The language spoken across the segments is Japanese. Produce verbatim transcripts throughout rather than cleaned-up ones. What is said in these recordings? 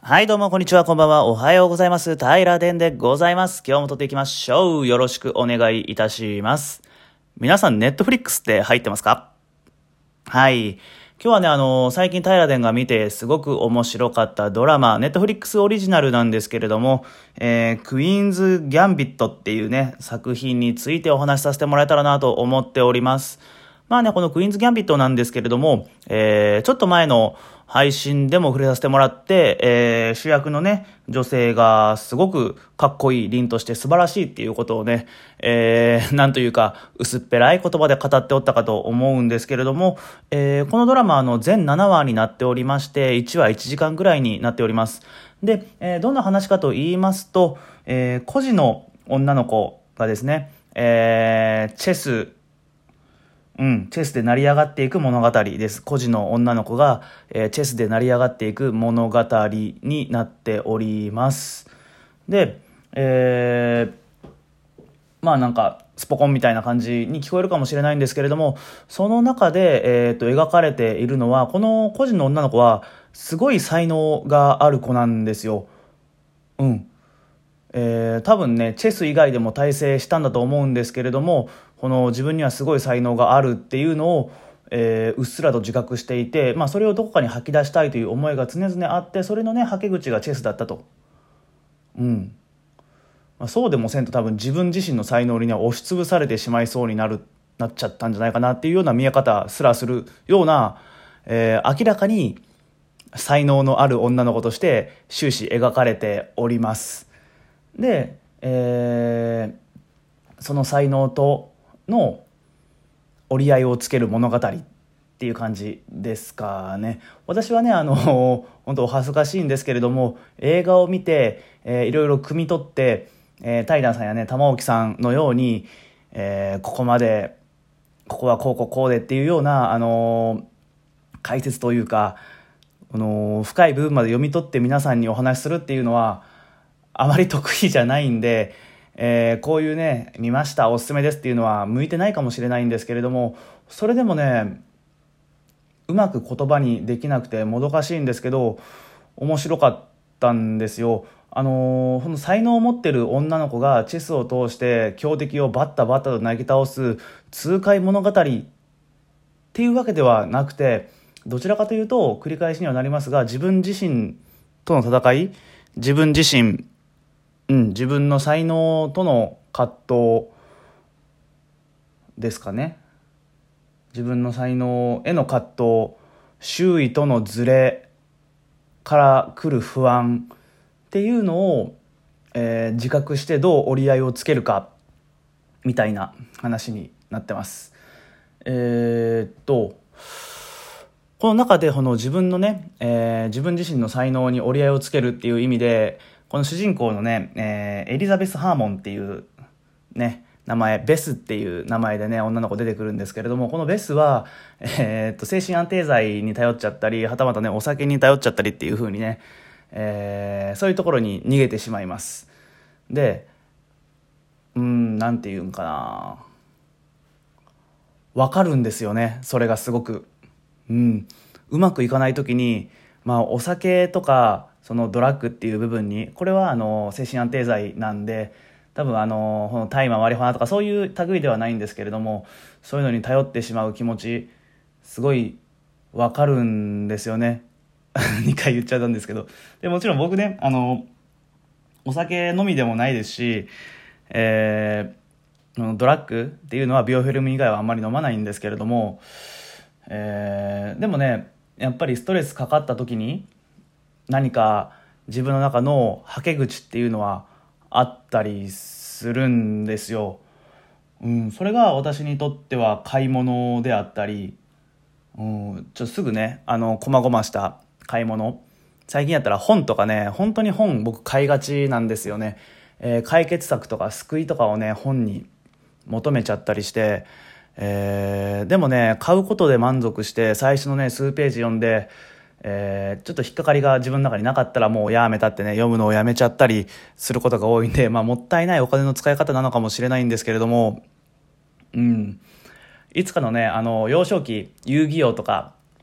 はいどうもこんにちは、こんばんは、おはようございます。平田でございます。今日も撮っていきましょう。よろしくお願いいたします。皆さんネットフリックスって入ってますか？はい。今日はね、あの、最近平田が見てすごく面白かったドラマ、ネットフリックスオリジナルなんですけれども、えー、クイーンズ・ギャンビットっていうね、作品についてお話しさせてもらえたらなと思っております。まあね、このクイーンズ・ギャンビットなんですけれども、えー、ちょっと前の配信でも触れさせてもらって、えー、主役のね、女性がすごくかっこいい凛として素晴らしいっていうことをね、えー、なんというか、薄っぺらい言葉で語っておったかと思うんですけれども、えー、このドラマの全ななわになっておりまして、いちわいちじかんぐらいになっております。で、えー、どんな話かと言いますと、えー、孤児の女の子がですね、えー、チェス、うん、チェスで成り上がっていく物語です。孤児の女の子が、えー、チェスで成り上がっていく物語になっております。で、えー、まあなんかスポコンみたいな感じに聞こえるかもしれないんですけれども、その中で、えー、と描かれているのは、この孤児の女の子はすごい才能がある子なんですよ。うん。えー、多分ねチェス以外でも大成したんだと思うんですけれども、この自分にはすごい才能があるっていうのを、えー、うっすらと自覚していて、まあ、それをどこかに吐き出したいという思いが常々あって、それのねはけ口がチェスだったと。うん、まあ、そうでもせんと多分自分自身の才能には押しつぶされてしまいそうになるなっちゃったんじゃないかなっていうような見え方すらするような、えー、明らかに才能のある女の子として終始描かれております。で、えー、その才能との折り合いをつける物語っていう感じですかね。私はね、あの本当お恥ずかしいんですけれども、映画を見て、えー、いろいろ汲み取って、えー、タイダンさんやね玉置さんのように、えー、ここまでここはこうこうこうでっていうような、あのー、解説というか、あのー、深い部分まで読み取って皆さんにお話しするっていうのはあまり得意じゃないんで、えー、こういうね見ましたおすすめですっていうのは向いてないかもしれないんですけれども、それでもねうまく言葉にできなくてもどかしいんですけど面白かったんですよ。あのー、その才能を持ってる女の子がチェスを通して強敵をバッタバッタと投げ倒す痛快物語っていうわけではなくて、どちらかというと繰り返しにはなりますが、自分自身との戦い、自分自身うん、自分の才能との葛藤ですかね。自分の才能への葛藤、周囲とのズレから来る不安っていうのを、えー自覚してどう折り合いをつけるかみたいな話になってます。えーっとこの中でこの自分のね、えー自分自身の才能に折り合いをつけるっていう意味で、この主人公のね、えーエリザベス・ハーモンっていうね名前、ベスっていう名前でね女の子出てくるんですけれども、このベスは、えーっと精神安定剤に頼っちゃったり、はたまたねお酒に頼っちゃったりっていう風にね、えーそういうところに逃げてしまいます。で、うーんなんていうんかな、わかるんですよね、それがすごく。うん、うまくいかない時に、まあ、お酒とかそのドラッグっていう部分に、これはあの精神安定剤なんで、多分あのこの大麻マリファナとかそういう類ではないんですけれども、そういうのに頼ってしまう気持ちすごいわかるんですよね。にかい言っちゃったんですけど、でもちろん僕ね、あのお酒飲みでもないですし、えー、ドラッグっていうのはビオフィルム以外はあんまり飲まないんですけれども、えー、でもねやっぱりストレスかかった時に何か自分の中のはけ口っていうのはあったりするんですよ。うん、それが私にとっては買い物であったり、うん、ちょっとすぐねあの細々した買い物、最近やったら本とかね、本当に本僕買いがちなんですよね。えー解決策とか救いとかをね本に求めちゃったりして、えーでもね買うことで満足して最初のね数ページ読んで、えーちょっと引っかかりが自分の中になかったらもうやめたってね読むのをやめちゃったりすることが多いんで、まあ、もったいないお金の使い方なのかもしれないんですけれども、うん、いつかのねあの幼少期遊戯王とか、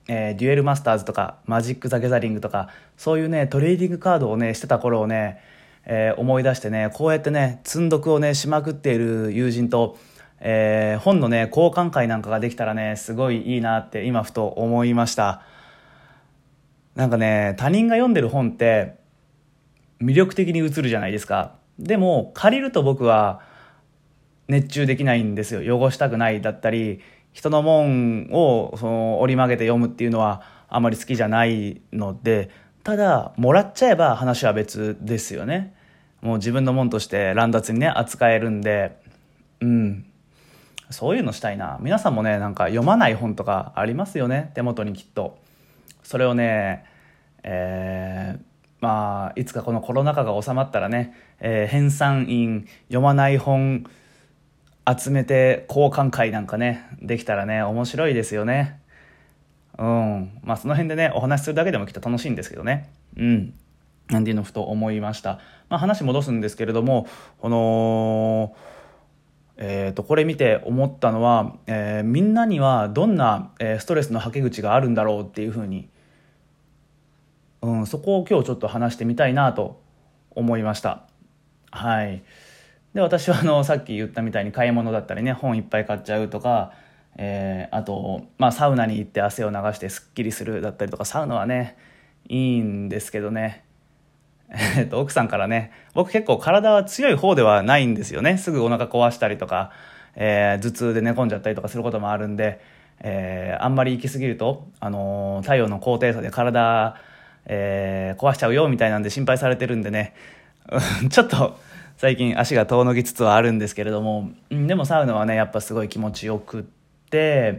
えー、デュエルマスターズとかマジック・ザ・ギャザリングとかそういうねトレーディングカードをねしてた頃をね、えー、思い出してね、こうやってね積んどくをねしまくっている友人と、えー、本のね交換会なんかができたらねすごいいいなって今ふと思いました。なんかね、他人が読んでる本って魅力的に映るじゃないですか。でも借りると僕は熱中できないんですよ。汚したくないだったり、人のもんをその折り曲げて読むっていうのはあまり好きじゃないので、ただもらっちゃえば話は別ですよね。もう自分のもんとして乱雑にね扱えるんで、うんそういうのしたいな。皆さんもね、なんか読まない本とかありますよね、手元にきっと。それをね、えーまあいつかこのコロナ禍が収まったらね、えー編纂員読まない本集めて交換会なんかねできたらね面白いですよね。うんまあその辺でねお話しするだけでもきっと楽しいんですけどね。うんなんていうのをふと思いました。まあ話戻すんですけれども、このえー、とこれ見て思ったのは、えーみんなにはどんな、えーストレスのはけ口があるんだろうっていうふうに、うん、そこを今日ちょっと話してみたいなと思いました。はい。で私はあのさっき言ったみたいに買い物だったりね本いっぱい買っちゃうとか、えーあと、まあ、サウナに行って汗を流してすっきりするだったりとか、サウナはねいいんですけどね、えっと奥さんからね、僕結構体は強い方ではないんですよね。すぐお腹壊したりとか、えー頭痛で寝込んじゃったりとかすることもあるんで、えーあんまり行き過ぎると、あのー太陽の高低差で体、えー壊しちゃうよみたいなんで心配されてるんでねちょっと最近足が遠のきつつはあるんですけれども、うんでもサウナはねやっぱすごい気持ちよくって、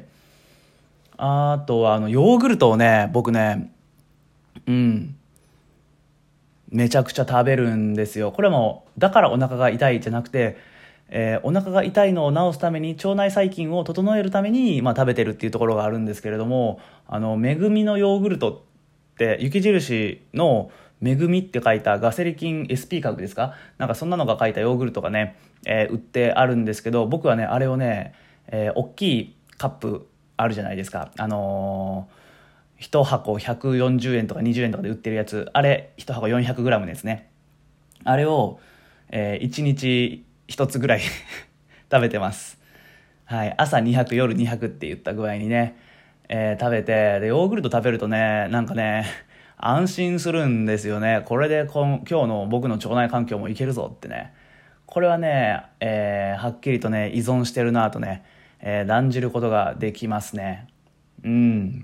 あとはあのヨーグルトをね僕ねうんめちゃくちゃ食べるんですよ。これもだからお腹が痛いじゃなくて、えーお腹が痛いのを治すために、腸内細菌を整えるために、まあ、食べてるっていうところがあるんですけれども、あの恵みのヨーグルトって雪印の恵みって書いたガセリキン エスピー 株ですか、なんかそんなのが書いたヨーグルトがね、えー売ってあるんですけど、僕はねあれをね、えー大きいカップあるじゃないですか。あのーいち箱ひゃくよんじゅうえんとかにじゅうえんとかで売ってるやつ、あれいち箱 よんひゃくグラム ですね。あれを、えー、いちにちひとつぐらい食べてます。はい、朝にひゃく夜にひゃくって言った具合にね、えー食べて、でヨーグルト食べるとねなんかね安心するんですよね。これでこん今日の僕の腸内環境もいけるぞってね、これはね、えーはっきりとね依存してるなとね、えー断じることができますね。うん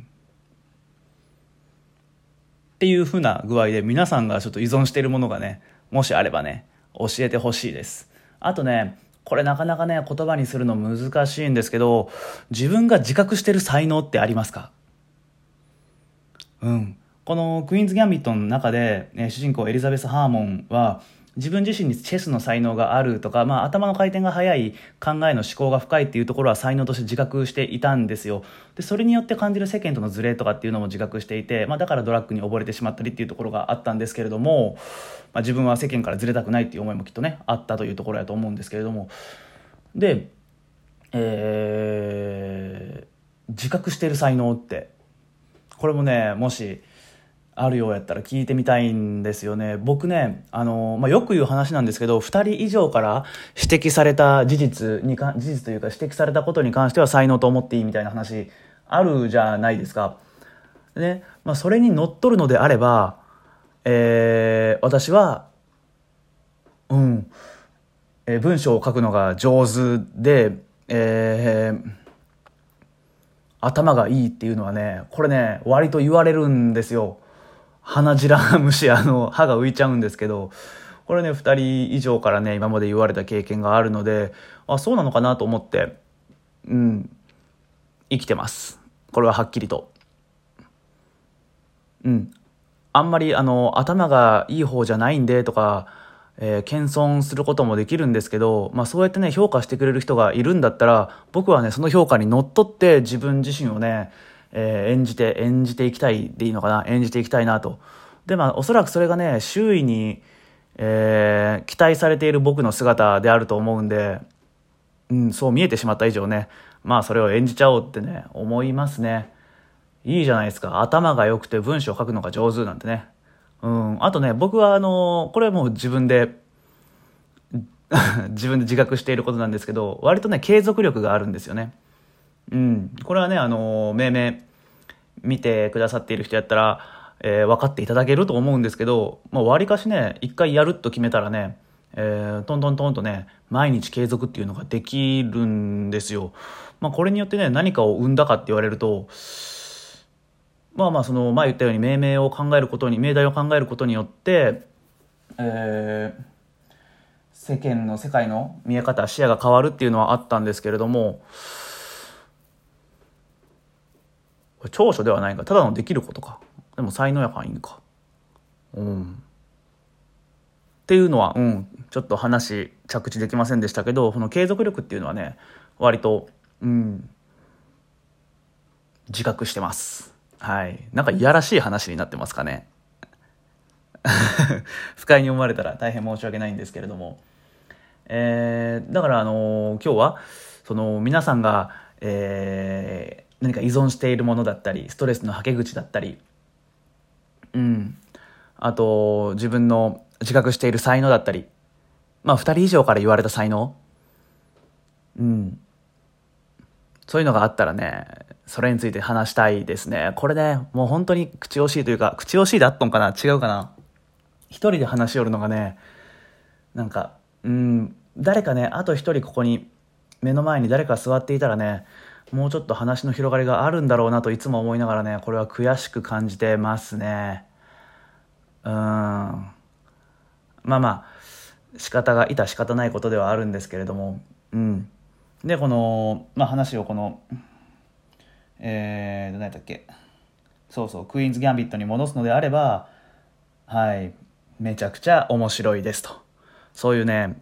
っていう風な具合で、皆さんがちょっと依存しているものがねもしあればね教えてほしいです。あとね、これなかなかね言葉にするの難しいんですけど、自分が自覚してる才能ってありますか？うん、このクイーンズ・ギャンビットの中で、えー主人公エリザベス・ハーモンは自分自身にチェスの才能があるとか、まあ、頭の回転が速い、考えの思考が深いっていうところは才能として自覚していたんですよ。でそれによって感じる世間とのズレとかっていうのも自覚していて、まあ、だからドラッグに溺れてしまったりっていうところがあったんですけれども、まあ、自分は世間からずれたくないっていう思いもきっとねあったというところやと思うんですけれども、で、えー自覚している才能ってこれもねもしあるようやったら聞いてみたいんですよね。僕ね、あのまあ、よく言う話なんですけど、ふたり以上から指摘された事実にか事実というか指摘されたことに関しては才能と思っていいみたいな話あるじゃないですか。ね、まあ、それにのっとるのであれば、えー私はうんえー文章を書くのが上手で、えー頭がいいっていうのはね、これね割と言われるんですよ。鼻白虫、あの歯が浮いちゃうんですけど、これねふたり以上からね今まで言われた経験があるので、あそうなのかなと思ってうん生きてます。これははっきりと。うんあんまりあの頭がいい方じゃないんでとか、えー謙遜することもできるんですけど、まあ、そうやってね評価してくれる人がいるんだったら、僕はねその評価にのっとって自分自身をね、えー演じて演じていきたいでいいのかな、演じていきたいなと。でまあおそらくそれがね周囲に、えー期待されている僕の姿であると思うんで、うん、そう見えてしまった以上ね、まあそれを演じちゃおうってね思いますね。 いいじゃないですか。頭が良くて文章を書くのが上手なんてね。うん。あとね、僕はあの、これはもう自分で、自分で自覚していることなんですけど、割とね、継続力があるんですよね。うん。これはね、あの、命名見てくださっている人やったら、えー分かっていただけると思うんですけど、まあ、割かしね、一回やると決めたらね、えートントントンとね、毎日継続っていうのができるんですよ。まあ、これによってね、何かを生んだかって言われると、まあまあ、その、前言ったように命名を考えることに、命題を考えることによって、えー世間の世界の見え方、視野が変わるっていうのはあったんですけれども、これ長所ではないか、ただのできることか。でも才能やからいいんか。うん。っていうのは、うん、ちょっと話着地できませんでしたけど、その継続力っていうのはね、割と、うん、自覚してます。はい。なんかいやらしい話になってますかね。不快に思われたら大変申し訳ないんですけれども。えー、だから、あのー今日は、その、皆さんが、えー何か依存しているものだったり、ストレスのはけ口だったり、うん。あと、自分の自覚している才能だったり、まあ、二人以上から言われた才能、うん。そういうのがあったらね、それについて話したいですね。これね、もう本当に口惜しいというか、口惜しいであっとんかな、違うかな。一人で話しよるのがね、なんか、うん、誰かね、あと一人ここに、目の前に誰か座っていたらね、もうちょっと話の広がりがあるんだろうなといつも思いながらね、これは悔しく感じてますね。うーん。まあまあ、仕方が、いた仕方ないことではあるんですけれども、うん。で、この、まあ話をこの、えー、何やったっけ。そうそう、クイーンズ・ギャンビットに戻すのであれば、はい、めちゃくちゃ面白いですと。そういうね、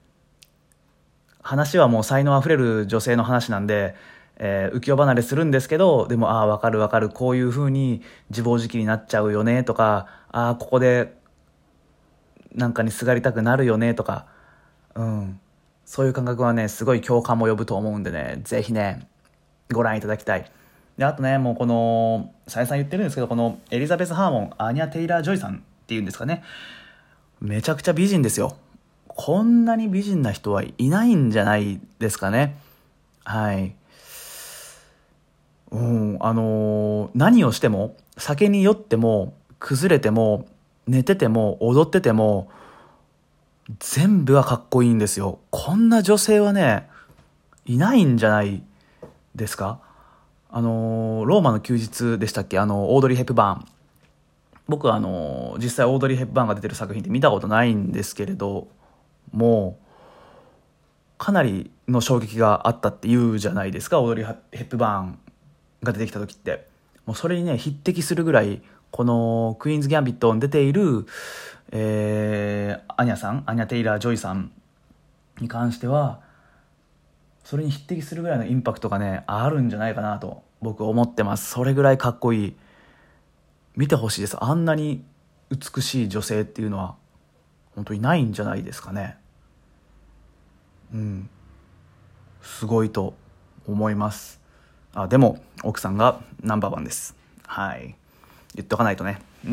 話はもう才能あふれる女性の話なんで、えー浮世離れするんですけど、でも、ああ、わかるわかる、こういう風に自暴自棄になっちゃうよねとか、ああ、ここでなんかにすがりたくなるよねとか、うん。そういう感覚はね、すごい共感も呼ぶと思うんでね、ぜひね、ご覧いただきたい。で、あとね、もうこの、再三言ってるんですけど、このエリザベス・ハーモン、アーニャ・テイラー・ジョイさんっていうんですかね。めちゃくちゃ美人ですよ。こんなに美人な人はいないんじゃないですかね。はい。うん、あのー何をしても、酒に酔っても、崩れても、寝てても、踊ってても、全部はかっこいいんですよ。こんな女性はね、いないんじゃないですか。あのーローマの休日でしたっけ、あの、オードリー・ヘップバーン。僕はあのー実際オードリー・ヘップバーンが出てる作品って見たことないんですけれど、もう、かなりの衝撃があったって言うじゃないですか、オードリー・ヘップバーンが出てきた時って。もうそれにね、匹敵するぐらい、このクイーンズ・ギャンビットに出ている、えー、アニャさん、アニャ・テイラー・ジョイさんに関しては、それに匹敵するぐらいのインパクトがね、あるんじゃないかなと僕思ってます。それぐらいかっこいい。見てほしいです。あんなに美しい女性っていうのは、本当にないんじゃないですかね。うん。すごいと思います。あ、でも、奥さんがナンバーワンです。はい。言っとかないとね。うん。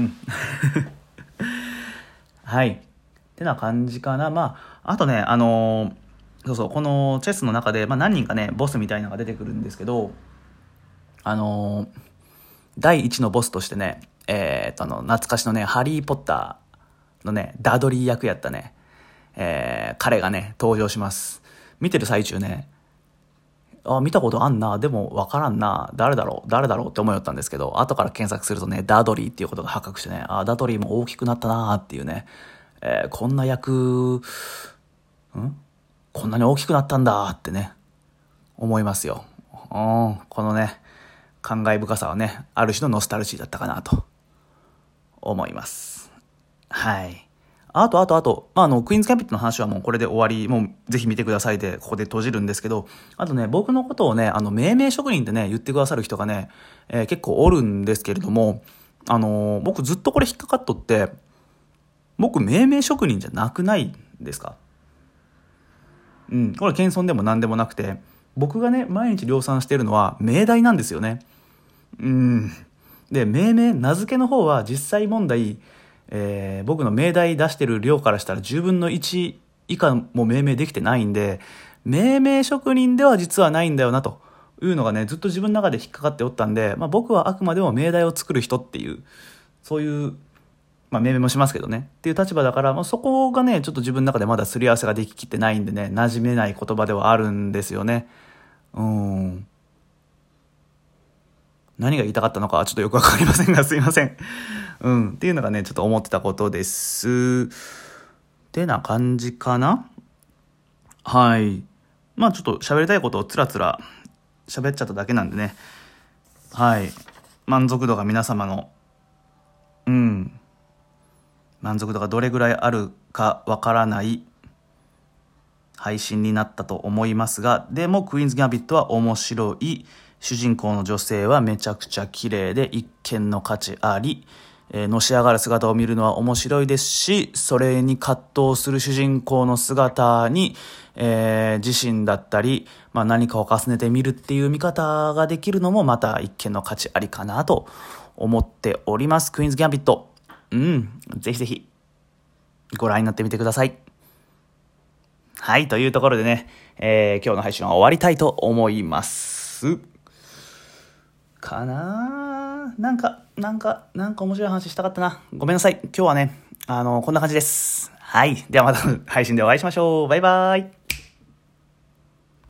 はい。ってな感じかな。まあ、あとね、あのーそうそう、このチェスの中で、まあ何人かね、ボスみたいなのが出てくるんですけど、あのー第一のボスとしてね、えーっと、あの、懐かしのね、ハリー・ポッターのね、ダドリー役やったね、えー彼がね、登場します。見てる最中ね、あ、見たことあんな、でもわからんな、誰だろう、誰だろうって思いよったんですけど、後から検索するとね、ダドリーっていうことが発覚してね、あ、ダドリーも大きくなったなっていうね、えーこんな役、んこんなに大きくなったんだってね、思いますよ。うん、このね、感慨深さはね、ある種のノスタルジーだったかなと思います。はい。あと、あと、あと、まあ、あの、クイーンズ・キャンピットの話はもうこれで終わり、もうぜひ見てくださいで、ここで閉じるんですけど、あとね、僕のことをね、あの、命名職人ってね、言ってくださる人がね、えー結構おるんですけれども、あのー僕ずっとこれ引っかかっとって、僕命名職人じゃなくないですか？うん、これ謙遜でも何でもなくて、僕がね、毎日量産しているのは命題なんですよね。 うん。で、命名、名付けの方は実際問題、えー、僕の命題出してる量からしたらじゅうぶんのいち以下も命名できてないんで、命名職人では実はないんだよなというのがね、ずっと自分の中で引っかかっておったんで、まあ僕はあくまでも命題を作る人っていう、そういう、まあ命名もしますけどね、っていう立場だから、まあ、そこがね、ちょっと自分の中でまだすり合わせができきってないんでね、馴染めない言葉ではあるんですよね。うん。何が言いたかったのかはちょっとよくわかりませんが、すいません。うん。っていうのがね、ちょっと思ってたことです。ってな感じかな。はい。まあちょっと喋りたいことをつらつら喋っちゃっただけなんでね。はい。満足度が皆様の、うん。満足度がどれぐらいあるかわからない配信になったと思いますが、でもクイーンズ・ギャンビットは面白い。主人公の女性はめちゃくちゃ綺麗で一見の価値あり、えー、のし上がる姿を見るのは面白いですし、それに葛藤する主人公の姿に、えー、自身だったり、まあ、何かを重ねてみるっていう見方ができるのもまた一見の価値ありかなと思っております。クイーンズ・ギャンビット。うん、ぜひぜひご覧になってみてください。はい、というところでね、えー、今日の配信は終わりたいと思います。かなーなんか、なんか、なんか面白い話したかったな。ごめんなさい。今日はね、あの、こんな感じです。はい。ではまた配信でお会いしましょう。バイバーイ。